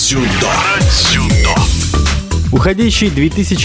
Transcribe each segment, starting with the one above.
Уходящий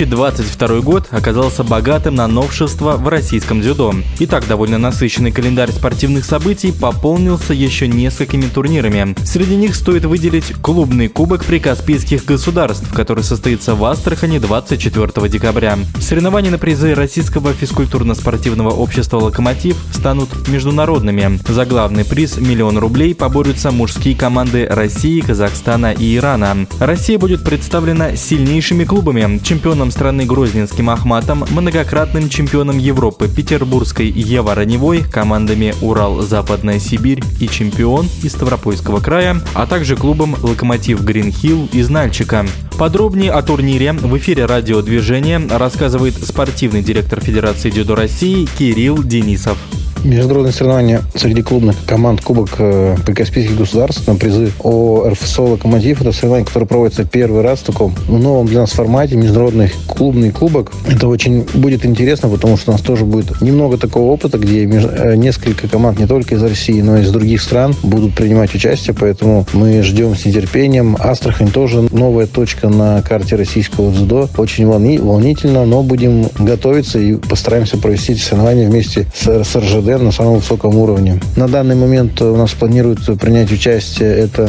2022 год оказался богатым на новшества в российском дзюдо. Итак, довольно насыщенный календарь спортивных событий пополнился еще несколькими турнирами. Среди них стоит выделить клубный кубок прикаспийских государств, который состоится в Астрахани 24 декабря. Соревнования на призы Российского физкультурно-спортивного общества «Локомотив» станут международными. За главный приз $1 000 000 поборются мужские команды России, Казахстана и Ирана. Россия будет представлена сильнейшими клубами: чемпионом страны Грозненским Ахматом, многократным чемпионом Европы Петербургской Ева Раневой, командами Урал, Западная Сибирь и чемпион из Ставропольского края, а также клубом Локомотив Гринхилл из Нальчика. Подробнее о турнире в эфире радиодвижения рассказывает спортивный директор Федерации дзюдо России Кирилл Денисов. Международные соревнования среди клубных команд Кубок прикаспийских государств на призы РФСО «Локомотив» — это соревнование, которое проводится первый раз в таком новом для нас формате, международный клубный кубок. Это очень будет интересно, потому что у нас тоже будет немного такого опыта, где несколько команд не только из России, но и из других стран будут принимать участие, поэтому мы ждем с нетерпением. Астрахань тоже новая точка на карте российского дзюдо. Очень волнительно, но будем готовиться и постараемся провести эти соревнования вместе с РЖД на самом высоком уровне. На данный момент у нас планируется принять участие это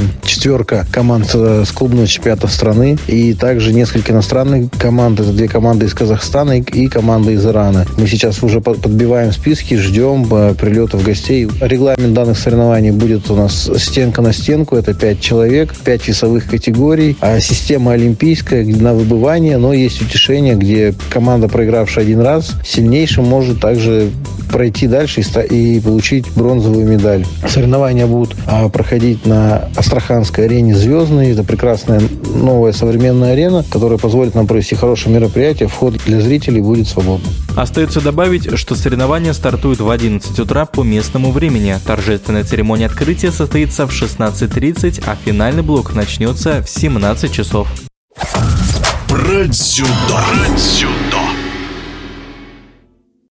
4 команд с клубного чемпионата страны и также несколько иностранных команд. Это 2 команды из Казахстана и команда из Ирана. Мы сейчас уже подбиваем списки, ждем прилетов гостей. Регламент данных соревнований будет у нас стенка на стенку. Это 5 человек, 5 весовых категорий. Система олимпийская на выбывание, но есть утешение, где команда, проигравшая один раз, сильнейшим может также пройти дальше и получить бронзовую медаль. Соревнования будут проходить на Астраханской арене «Звездной». Это прекрасная новая современная арена, которая позволит нам провести хорошее мероприятие. Вход для зрителей будет свободным. Остается добавить, что соревнования стартуют в 11 утра по местному времени. Торжественная церемония открытия состоится в 16:30, а финальный блок начнется в 17 часов. Про дзюдо.